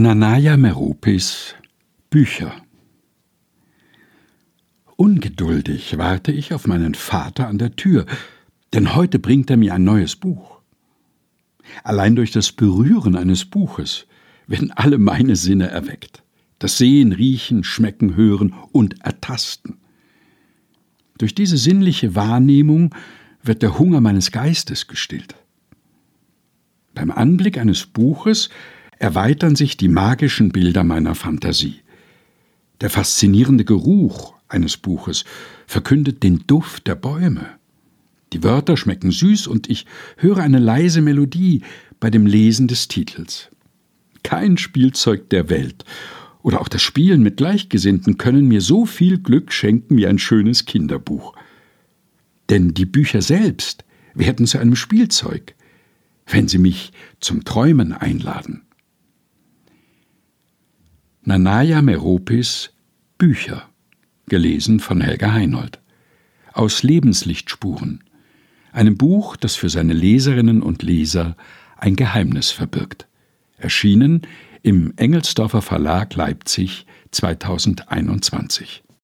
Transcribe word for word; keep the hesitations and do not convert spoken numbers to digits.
Nanaya Meropis Bücher. Ungeduldig warte ich auf meinen Vater an der Tür, denn heute bringt er mir ein neues Buch. Allein durch das Berühren eines Buches werden alle meine Sinne erweckt. Das Sehen, Riechen, Schmecken, Hören und Ertasten. Durch diese sinnliche Wahrnehmung wird der Hunger meines Geistes gestillt. Beim Anblick eines Buches erweitern sich die magischen Bilder meiner Fantasie. Der faszinierende Geruch eines Buches verkündet den Duft der Bäume. Die Wörter schmecken süß und ich höre eine leise Melodie bei dem Lesen des Titels. Kein Spielzeug der Welt oder auch das Spielen mit Gleichgesinnten können mir so viel Glück schenken wie ein schönes Kinderbuch. Denn die Bücher selbst werden zu einem Spielzeug, wenn sie mich zum Träumen einladen. Nanaya Meropis Bücher, gelesen von Helga Heinold. Aus Lebenslichtspuren, einem Buch, das für seine Leserinnen und Leser ein Geheimnis verbirgt. Erschienen im Engelsdorfer Verlag Leipzig zweitausendeinundzwanzig.